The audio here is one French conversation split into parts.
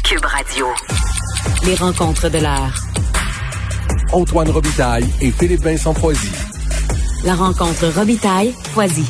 Cube Radio. Les rencontres de l'heure. Antoine Robitaille et Philippe-Vincent Foisy. La rencontre Robitaille-Foisy.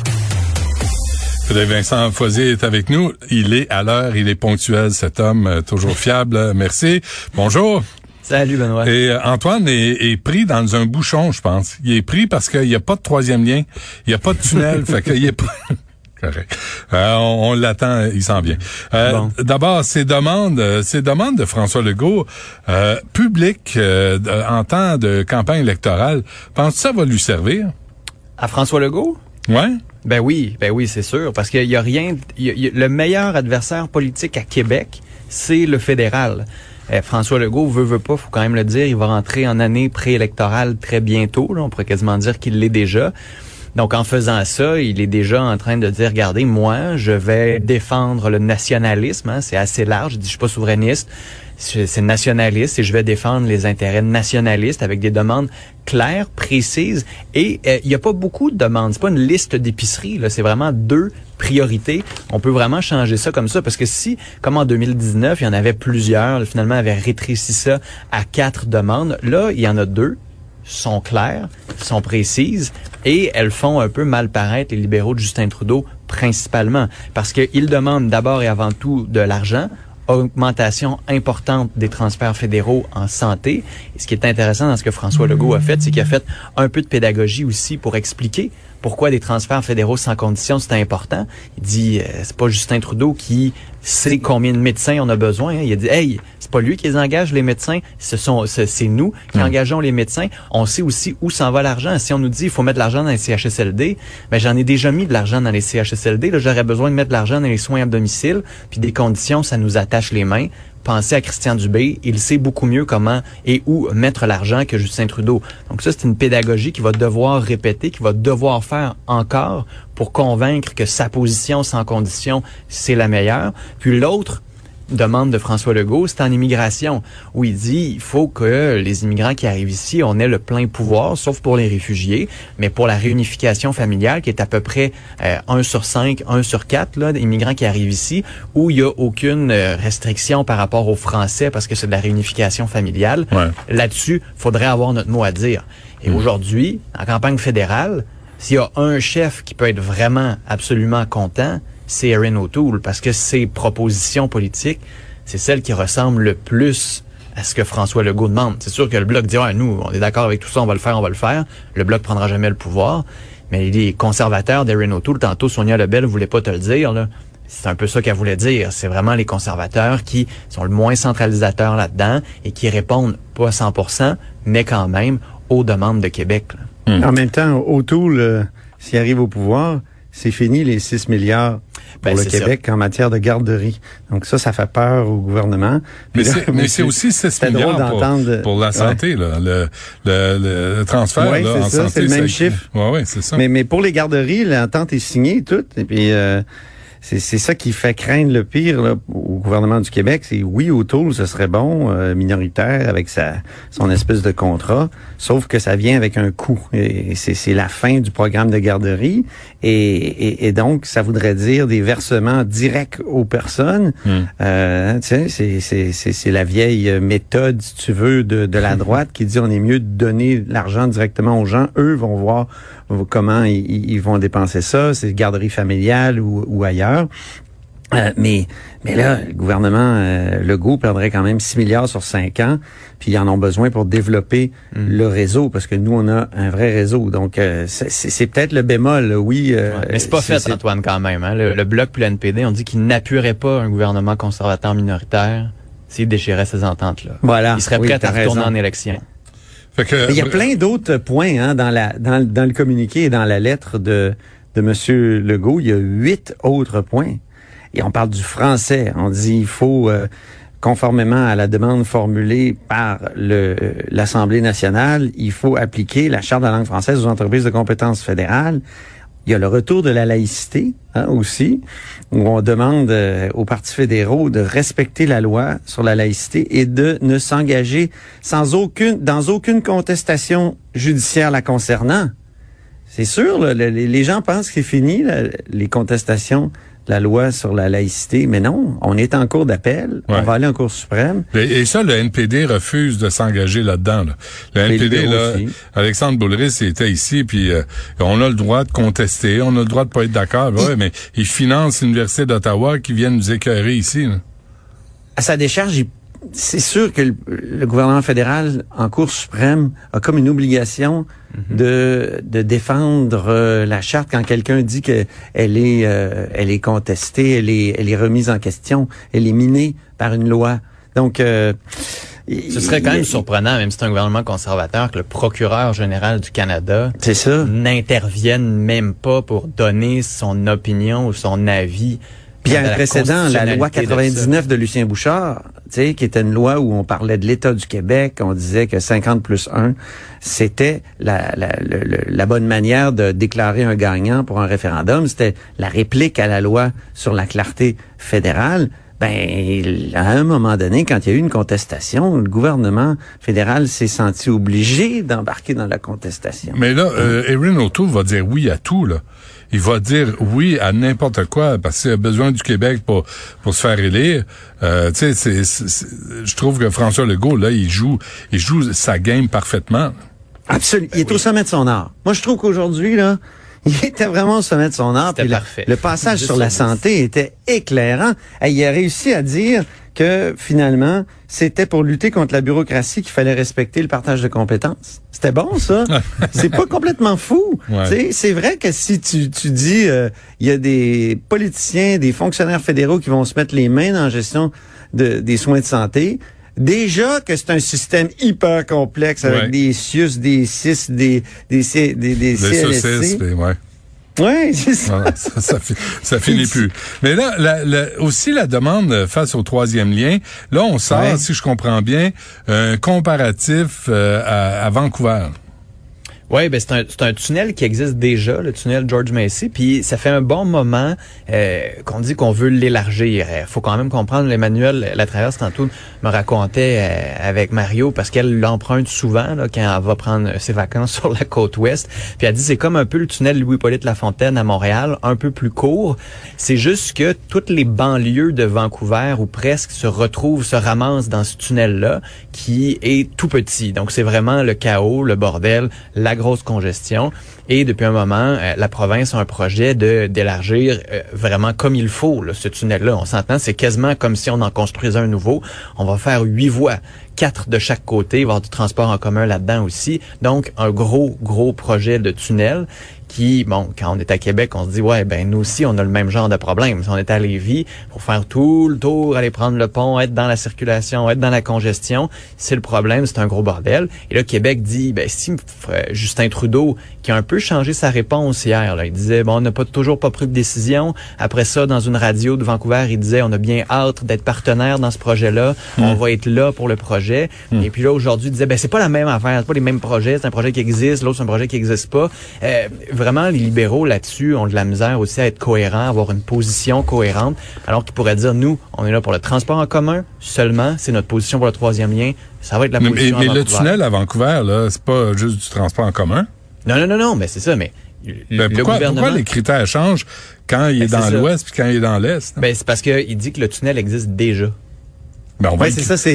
Philippe-Vincent Foisy est avec nous. Il est à l'heure, il est ponctuel, cet homme, toujours fiable. Merci. Bonjour. Salut Benoît. Et Antoine est pris dans un bouchon, je pense. Il est pris parce qu'il n'y a pas de troisième lien, il n'y a pas de tunnel, fait qu'il est pas... Correct. On l'attend, il s'en vient. Bon. D'abord, ces demandes de François Legault, publiques, en temps de campagne électorale, penses-tu que ça va lui servir? À François Legault? Ouais. Ben oui, c'est sûr, parce qu'il y a rien, le meilleur adversaire politique à Québec, c'est le fédéral. François Legault veut pas, faut quand même le dire, il va rentrer en année préélectorale très bientôt, là, on pourrait quasiment dire qu'il l'est déjà. Donc, en faisant ça, il est déjà en train de dire, regardez, moi, je vais défendre le nationalisme, hein, c'est assez large, je dis, je suis pas souverainiste, c'est nationaliste et je vais défendre les intérêts nationalistes avec des demandes claires, précises, et il y a pas beaucoup de demandes, c'est pas une liste d'épicerie, là, c'est vraiment 2 priorités. On peut vraiment changer ça comme ça, parce que si, comme en 2019, il y en avait plusieurs, là, finalement, avait rétréci ça à 4 demandes, là, il y en a 2. Sont claires, sont précises, et elles font un peu mal paraître les libéraux de Justin Trudeau, principalement, parce qu'ils demandent d'abord et avant tout de l'argent, augmentation importante des transferts fédéraux en santé. Et ce qui est intéressant dans ce que François Legault a fait, c'est qu'il a fait un peu de pédagogie aussi pour expliquer pourquoi des transferts fédéraux sans condition, c'est important. Il dit, c'est pas Justin Trudeau qui sait combien de médecins on a besoin. Hein. Il a dit, hey, c'est pas lui qui les engage, les médecins. C'est nous qui engageons les médecins. On sait aussi où s'en va l'argent. Si on nous dit, il faut mettre de l'argent dans les CHSLD, ben, j'en ai déjà mis de l'argent dans les CHSLD. Là, j'aurais besoin de mettre de l'argent dans les soins à domicile. Puis des conditions, ça nous attache les mains. Pensez à Christian Dubé, il sait beaucoup mieux comment et où mettre l'argent que Justin Trudeau. Donc ça, c'est une pédagogie qu'il va devoir répéter, qu'il va devoir faire encore pour convaincre que sa position sans condition, c'est la meilleure. Puis l'autre demande de François Legault, c'est en immigration, où il dit il faut que les immigrants qui arrivent ici, on ait le plein pouvoir, sauf pour les réfugiés, mais pour la réunification familiale, qui est à peu près 1 sur 5, 1 sur 4 là, d'immigrants qui arrivent ici, où il y a aucune restriction par rapport aux Français, parce que c'est de la réunification familiale. Ouais. Là-dessus, faudrait avoir notre mot à dire. Et aujourd'hui, en campagne fédérale, s'il y a un chef qui peut être vraiment absolument content, c'est Erin O'Toole, parce que ses propositions politiques, c'est celles qui ressemblent le plus à ce que François Legault demande. C'est sûr que le Bloc dit, nous, on est d'accord avec tout ça, on va le faire. Le Bloc prendra jamais le pouvoir. Mais les conservateurs d'Erin O'Toole, tantôt Sonia Lebel voulait pas te le dire, là. C'est un peu ça qu'elle voulait dire. C'est vraiment les conservateurs qui sont le moins centralisateurs là-dedans et qui répondent pas à 100%, mais quand même aux demandes de Québec, là. En même temps, O'Toole, s'il arrive au pouvoir, c'est fini les 6 milliards pour le Québec ça. En matière de garderie. Donc ça fait peur au gouvernement. Mais c'est aussi 6 milliards pour la santé, là, le transfert là, en santé. C'est le même chiffre. Oui, c'est ça. Mais pour les garderies, l'entente est signée toute. Et puis c'est ça qui fait craindre le pire là, au gouvernement du Québec. C'est oui, O'Toole, ce serait bon, minoritaire, avec son espèce de contrat, sauf que ça vient avec un coût. Et c'est la fin du programme de garderie. Et donc, ça voudrait dire des versements directs aux personnes. Tu sais, c'est la vieille méthode, si tu veux, de la droite qui dit on est mieux de donner l'argent directement aux gens. Eux vont voir comment ils vont dépenser ça. C'est garderie familiale ou ailleurs. Mais là, le gouvernement Legault perdrait quand même 6 milliards sur 5 ans, puis ils en ont besoin pour développer le réseau, parce que nous, on a un vrai réseau. Donc, c'est peut-être le bémol, oui. Mais c'est pas fait, Antoine, quand même. Hein? Le Bloc puis le NPD, on dit qu'ils n'appuieraient pas un gouvernement conservateur minoritaire s'ils déchiraient ces ententes-là. Voilà. Ils seraient prêts à retourner en élection. Il y a plein d'autres points dans le communiqué et dans la lettre de M. Legault. Il y a 8 autres points. Et on parle du français. On dit il faut, conformément à la demande formulée par l'Assemblée nationale, il faut appliquer la Charte de la langue française aux entreprises de compétences fédérales. Il y a le retour de la laïcité aussi, où on demande aux partis fédéraux de respecter la loi sur la laïcité et de ne s'engager dans aucune contestation judiciaire la concernant. C'est sûr, là, les gens pensent que c'est fini, là, les contestations la loi sur la laïcité. Mais non, on est en cours d'appel. Ouais. On va aller en Cour suprême. Et ça, le NPD refuse de s'engager là-dedans. Là. Le NPD, là, Alexandre Boulris était ici, puis on a le droit de contester, on a le droit de pas être d'accord. Ouais, mais il finance l'Université d'Ottawa qui vient nous écœurer ici. Là. À sa décharge, c'est sûr que le gouvernement fédéral, en Cour suprême, a comme une obligation de défendre la charte quand quelqu'un dit que elle est contestée, elle est remise en question, elle est minée par une loi. Donc, ce serait quand même surprenant, même si c'est un gouvernement conservateur, que le procureur général du Canada n'intervienne même pas pour donner son opinion ou son avis. Puis il y a un précédent, la loi 99 de Lucien Bouchard, tu sais, qui était une loi où on parlait de l'État du Québec, on disait que 50+1, c'était la bonne manière de déclarer un gagnant pour un référendum. C'était la réplique à la loi sur la clarté fédérale. Ben, à un moment donné, quand il y a eu une contestation, le gouvernement fédéral s'est senti obligé d'embarquer dans la contestation. Mais là, Erin O'Toole va dire oui à tout, là. Il va dire oui à n'importe quoi parce qu'il a besoin du Québec pour se faire élire. Tu sais, je trouve que François Legault, là, il joue sa game parfaitement. Absolument. Il est au sommet de son art. Moi, je trouve qu'aujourd'hui, là, il était vraiment au sommet de son art. C'était parfait. Le passage sur la santé était éclairant. Et il a réussi à dire que finalement, c'était pour lutter contre la bureaucratie qu'il fallait respecter le partage de compétences. C'était bon, ça. C'est pas complètement fou. Ouais. C'est vrai que si tu dis, il y a des politiciens, des fonctionnaires fédéraux qui vont se mettre les mains dans la gestion des soins de santé, déjà que c'est un système hyper complexe avec des CIUS, des CIS, des CLSC. Oui, c'est ça. Ça finit plus. Mais là, aussi la demande face au troisième lien, là, on sort, si je comprends bien, un comparatif à Vancouver. Oui, ben c'est un tunnel qui existe déjà, le tunnel George Massey, puis ça fait un bon moment qu'on dit qu'on veut l'élargir. Faut quand même comprendre, Emmanuel Latraverse tantôt me racontait avec Mario, parce qu'elle l'emprunte souvent là, quand elle va prendre ses vacances sur la côte ouest, puis elle dit c'est comme un peu le tunnel Louis-Hippolyte Lafontaine à Montréal, un peu plus court. C'est juste que toutes les banlieues de Vancouver, ou presque, se ramassent dans ce tunnel-là, qui est tout petit. Donc c'est vraiment le chaos, le bordel, la grosse congestion. Et depuis un moment, la province a un projet d'élargir vraiment comme il faut là, ce tunnel-là. On s'entend, c'est quasiment comme si on en construisait un nouveau. On va faire 8 voies, 4 de chaque côté, il va y avoir du transport en commun là-dedans aussi. Donc, un gros projet de tunnel qui, bon, quand on est à Québec, on se dit, ouais, ben nous aussi, on a le même genre de problème. Si on est à Lévis, faut faire tout le tour, aller prendre le pont, être dans la circulation, être dans la congestion. C'est le problème, c'est un gros bordel. Et là, Québec dit, ben si Justin Trudeau, qui a un peu changé sa réponse hier, là, il disait, bon, on n'a toujours pas pris de décision. Après ça, dans une radio de Vancouver, il disait, on a bien hâte d'être partenaire dans ce projet-là. On va être là pour le projet. Et puis là, aujourd'hui, il disait, ben c'est pas la même affaire, c'est pas les mêmes projets. C'est un projet qui existe, l'autre c'est un projet qui existe pas. Vraiment, les libéraux là-dessus ont de la misère aussi à être cohérents, avoir une position cohérente, alors qu'ils pourraient dire, nous, on est là pour le transport en commun seulement, c'est notre position pour le troisième lien, ça va être la position mais le tunnel à Vancouver, là, c'est pas juste du transport en commun? Non, mais c'est ça, mais pourquoi les critères changent quand il est dans l'ouest puis quand il est dans l'est? Ben, c'est parce qu'il dit que le tunnel existe déjà. Ben, on va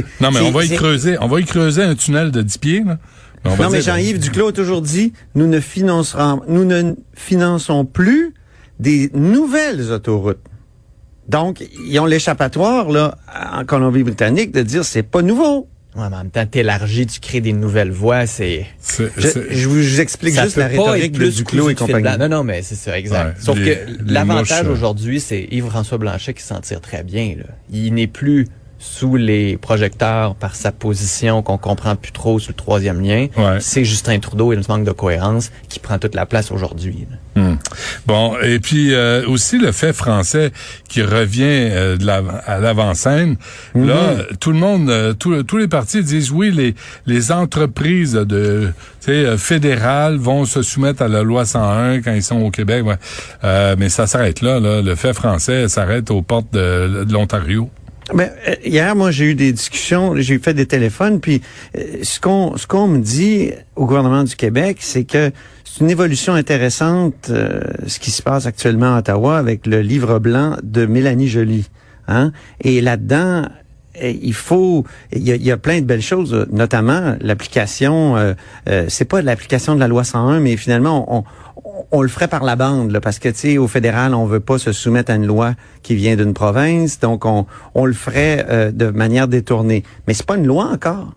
y creuser un tunnel de 10 pieds, là. Mais Jean-Yves Duclos a toujours dit, nous ne finançons plus des nouvelles autoroutes. Donc, ils ont l'échappatoire, là, en Colombie-Britannique, de dire, c'est pas nouveau. Ouais, mais en même temps, t'élargis, tu crées des nouvelles voies, je vous explique juste la rhétorique de Duclos et compagnie. Non, mais c'est ça, exact. Ouais, sauf que l'avantage aujourd'hui, c'est Yves-François Blanchet qui s'en tire très bien, là. Il n'est plus sous les projecteurs par sa position qu'on comprend plus trop sur le troisième lien. Ouais. C'est Justin Trudeau et le manque de cohérence qui prend toute la place aujourd'hui. Bon, et puis aussi le fait français qui revient à l'avant-scène. Là, tout le monde, tous les partis disent oui, les entreprises fédérales vont se soumettre à la loi 101 quand ils sont au Québec. Ouais. Mais ça s'arrête là. Le fait français s'arrête aux portes de l'Ontario. Hier, moi, j'ai eu des discussions, j'ai fait des téléphones, puis ce qu'on me dit au gouvernement du Québec, c'est que c'est une évolution intéressante, ce qui se passe actuellement à Ottawa avec le livre blanc de Mélanie Joly. Hein? Et là-dedans, il y a plein de belles choses, notamment l'application, c'est pas l'application de la loi 101, mais finalement, on le ferait par la bande, là, parce que, tu sais, au fédéral, on veut pas se soumettre à une loi qui vient d'une province, donc on le ferait de manière détournée. Mais c'est pas une loi encore.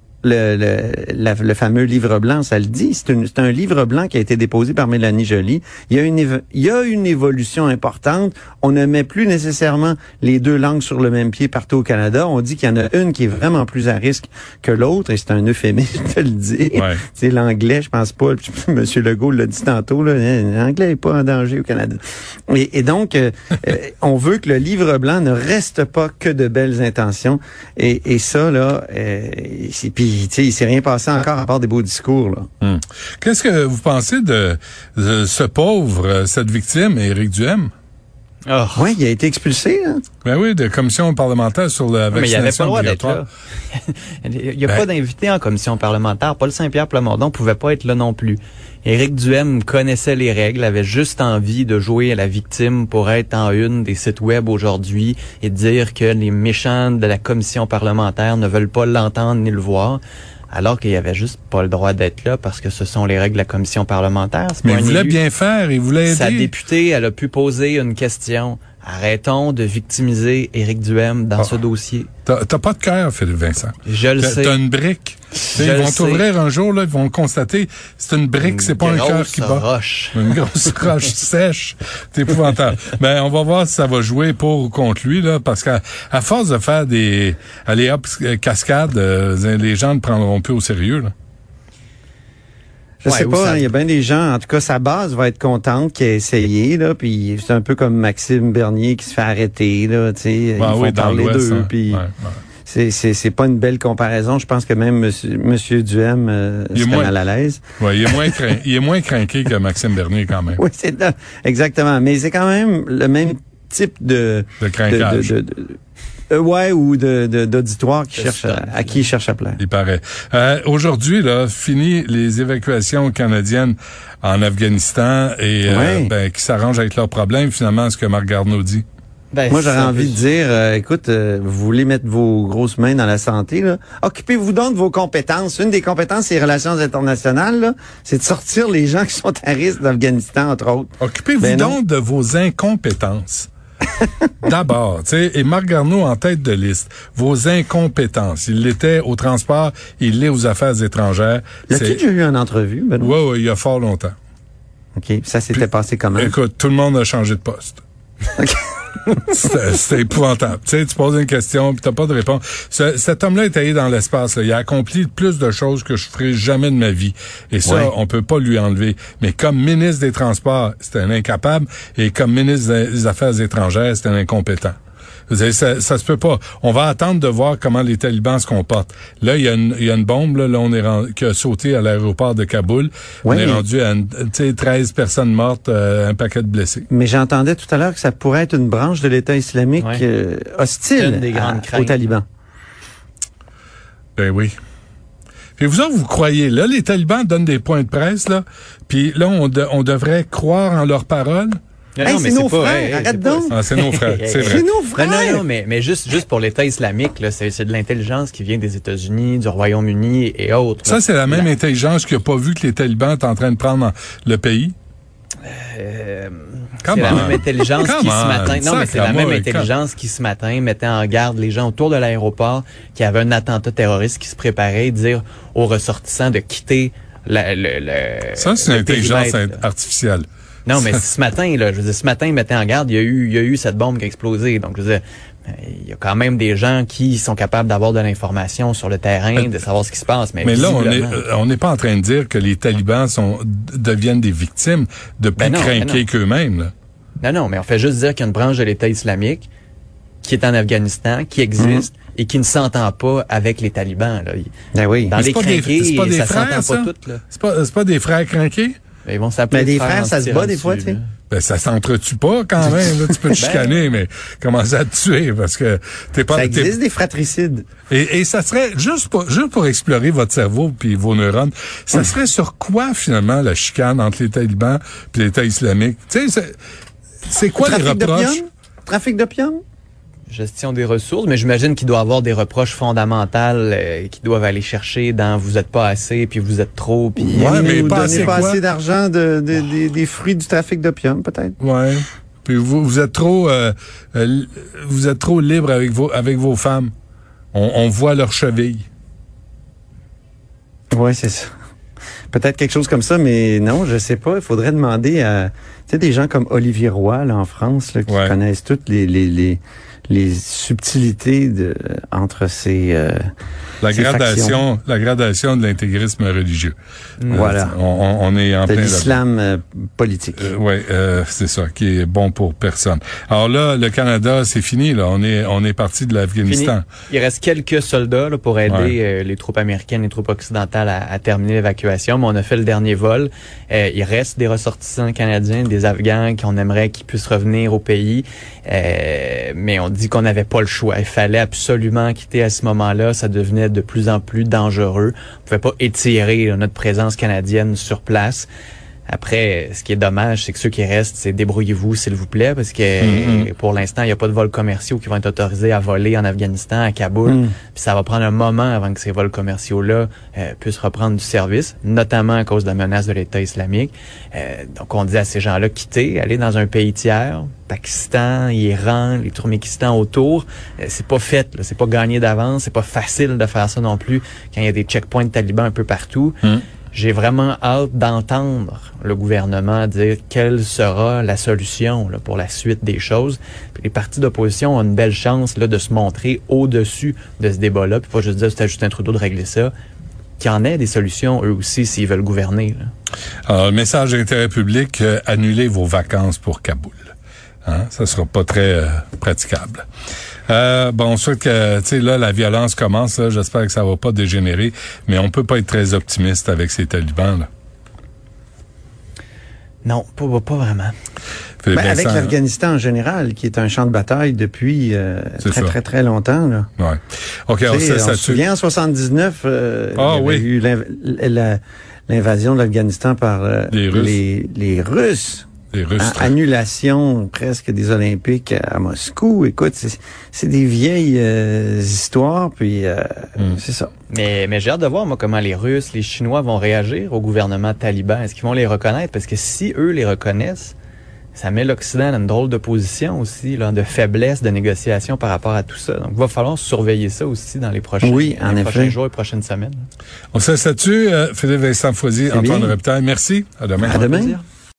Le fameux livre blanc, ça le dit. C'est un livre blanc qui a été déposé par Mélanie Joly. Il y a une évolution importante. On ne met plus nécessairement les deux langues sur le même pied partout au Canada. On dit qu'il y en a une qui est vraiment plus à risque que l'autre, et c'est un euphémisme de le dire. Ouais. C'est l'anglais, je pense pas. Monsieur Legault l'a dit tantôt, là, l'anglais est pas en danger au Canada. Et donc, on veut que le livre blanc ne reste pas que de belles intentions. Et ça, là, puis tu sais, il s'est rien passé encore à part des beaux discours, là. Qu'est-ce que vous pensez de ce pauvre, cette victime, Éric Duhem? Oh. Oui, il a été expulsé, hein? Ben oui, de commission parlementaire sur la vaccination obligatoire. Mais il n'y a pas d'invité en commission parlementaire. Paul Saint-Pierre Plamondon pouvait pas être là non plus. Éric Duhem connaissait les règles, avait juste envie de jouer à la victime pour être en une des sites web aujourd'hui et dire que les méchants de la commission parlementaire ne veulent pas l'entendre ni le voir. Alors qu'il avait juste pas le droit d'être là parce que ce sont les règles de la commission parlementaire. Mais il voulait bien faire, il voulait aider. Sa députée, elle a pu poser une question. Arrêtons de victimiser Éric Duhem dans ce dossier. T'as pas de cœur, Philippe Vincent. Je le sais. T'as une brique. Ils vont t'ouvrir un jour, là, ils vont constater, c'est une brique, c'est pas un cœur qui bat. Une grosse roche sèche. C'est épouvantable. Ben, on va voir si ça va jouer pour ou contre lui, là, parce qu'à force de faire des cascades, les gens ne prendront plus au sérieux, là. Je sais pas, il y a bien des gens, en tout cas, sa base va être contente qu'il ait essayé, là, puis c'est un peu comme Maxime Bernier qui se fait arrêter, là, tu sais, il faut parler d'eux, puis c'est pas une belle comparaison. Je pense que même monsieur Duhem serait mal à l'aise. Ouais, il est moins craqué que Maxime Bernier, quand même. Oui, c'est exactement, mais c'est quand même le même type de craquage. Ou d'auditoire qui cherche à qui il cherche à plaire. Il paraît. Aujourd'hui, là, fini les évacuations canadiennes en Afghanistan et qui s'arrangent avec leurs problèmes, finalement, ce que Marc Garneau dit. Moi, j'aurais envie de dire, écoute, vous voulez mettre vos grosses mains dans la santé, là. Occupez-vous donc de vos compétences. Une des compétences, c'est les relations internationales, là. C'est de sortir les gens qui sont à risque d'Afghanistan, entre autres. Occupez-vous donc de vos incompétences. D'abord, tu sais, et Marc Garneau en tête de liste, vos incompétences. Il l'était au transport, il l'est aux affaires étrangères. As-tu déjà eu une entrevue, Benoît? Oui, il y a fort longtemps. OK. Ça s'était passé comment? Écoute, tout le monde a changé de poste. OK. C'était épouvantable. Tu sais, tu poses une question puis t'as pas de réponse. Cet homme-là est allé dans l'espace. Là. Il a accompli plus de choses que je ferai jamais de ma vie. Et ça, on peut pas lui enlever. Mais comme ministre des Transports, c'était un incapable. Et comme ministre des Affaires étrangères, c'était un incompétent. Ça se peut pas. On va attendre de voir comment les talibans se comportent. Là, il y a une bombe là on est qui a sauté à l'aéroport de Kaboul. On est rendu à 13 personnes mortes, un paquet de blessés. Mais j'entendais tout à l'heure que ça pourrait être une branche de l'État islamique hostile aux talibans. Ben oui. Puis vous croyez, là, les talibans donnent des points de presse, là, puis là, on devrait croire en leurs paroles? Non, c'est nos frères, arrête donc. C'est nos frères, c'est vrai. C'est nos frères. Non, mais juste pour l'État islamique, là, c'est de l'intelligence qui vient des États-Unis, du Royaume-Uni et autres. Ça, c'est la même intelligence qui a pas vu que les talibans étaient en train de prendre le pays? C'est la même intelligence qui ce matin. Non, mais c'est la même intelligence qui ce matin mettait en garde les gens autour de l'aéroport qui avait un attentat terroriste qui se préparait, dire aux ressortissants de quitter Ça, c'est une intelligence artificielle. Non, mais ce matin, là, je veux dire, ce matin, il mettait en garde, il y a eu cette bombe qui a explosé. Donc, je veux dire, il y a quand même des gens qui sont capables d'avoir de l'information sur le terrain, de savoir ce qui se passe. Mais là, on n'est pas en train de dire que les talibans deviennent des victimes de plus crinqués qu'eux-mêmes, là. Non, mais on fait juste dire qu'il y a une branche de l'État islamique qui est en Afghanistan, qui existe et qui ne s'entend pas avec les talibans, là. Ben oui. Dans les crinqués, ça s'entend pas toutes, là. C'est pas des frères crinqués? Ils vont s'appeler Mais des frères, ça se bat des fois, tu sais. Ben, ça s'entretue pas quand même. Là, tu peux te chicaner, mais commencer à te tuer parce que t'es pas... Ça existe des fratricides. Et ça serait, juste pour explorer votre cerveau puis vos neurones, ça serait sur quoi, finalement, la chicane entre les talibans puis l'État islamique? Tu sais, c'est quoi les reproches? Trafic d'opium? Gestion des ressources, mais j'imagine qu'il doit y avoir des reproches fondamentales qui doivent aller chercher dans vous êtes pas assez, puis vous êtes trop, puis... Ouais, mais vous pas donnez assez pas quoi? assez d'argent des fruits du trafic d'opium, peut-être. Ouais. Puis vous êtes trop libre avec vos femmes. On voit leurs chevilles. Ouais, c'est ça. Peut-être quelque chose comme ça, mais non, je sais pas. Il faudrait demander à, tu sais, des gens comme Olivier Roy, là, en France, là, qui connaissent toutes les subtilités entre ces la gradation de l'intégrisme religieux. Voilà. On est en de plein l'islam politique. Oui, c'est ça, qui est bon pour personne. Alors là, le Canada, c'est fini, là. On est parti de l'Afghanistan. Il reste quelques soldats là, pour aider les troupes américaines, les troupes occidentales à terminer l'évacuation, mais on a fait le dernier vol. Il reste des ressortissants canadiens, des Afghans qu'on aimerait qu'ils puissent revenir au pays, mais on dit qu'on n'avait pas le choix. Il fallait absolument quitter à ce moment-là. Ça devenait de plus en plus dangereux. On pouvait pas étirer notre présence canadienne sur place. Après, ce qui est dommage, c'est que ceux qui restent, c'est débrouillez-vous, s'il vous plaît, parce que pour l'instant, il n'y a pas de vols commerciaux qui vont être autorisés à voler en Afghanistan, à Kaboul. Puis ça va prendre un moment avant que ces vols commerciaux-là puissent reprendre du service, notamment à cause de la menace de l'État islamique. Donc, on dit à ces gens-là, quittez, allez dans un pays tiers, Pakistan, Iran, les Turkménistan autour. C'est pas fait, là, c'est pas gagné d'avance, c'est pas facile de faire ça non plus quand il y a des checkpoints talibans un peu partout. J'ai vraiment hâte d'entendre le gouvernement dire quelle sera la solution là, pour la suite des choses. Puis les partis d'opposition ont une belle chance là, de se montrer au-dessus de ce débat-là, puis pas juste dire c'était Justin Trudeau de régler ça, qu'il y en ait des solutions eux aussi s'ils veulent gouverner. Là. Alors, le message d'intérêt public, annulez vos vacances pour Kaboul. Hein? Ça sera pas très praticable. On souhaite que, tu sais, là, la violence commence, là, j'espère que ça va pas dégénérer, mais on peut pas être très optimiste avec ces talibans, là. Non, pas vraiment. Avec l'Afghanistan en général, qui est un champ de bataille depuis très longtemps, là. Ouais. OK, on se souvient, en 79, il y avait eu l'invasion de l'Afghanistan par les Russes. Annulation presque des Olympiques à Moscou. Écoute, c'est des vieilles histoires, puis c'est ça. Mais j'ai hâte de voir, moi, comment les Russes, les Chinois vont réagir au gouvernement taliban. Est-ce qu'ils vont les reconnaître? Parce que si eux les reconnaissent, ça met l'Occident dans une drôle de position aussi, là, de faiblesse, de négociation par rapport à tout ça. Donc, il va falloir surveiller ça aussi dans les prochains jours et prochaines semaines. On se laisse là-dessus. Philippe Vincent Foisy, Antoine Robitaille. Merci. À demain. À demain.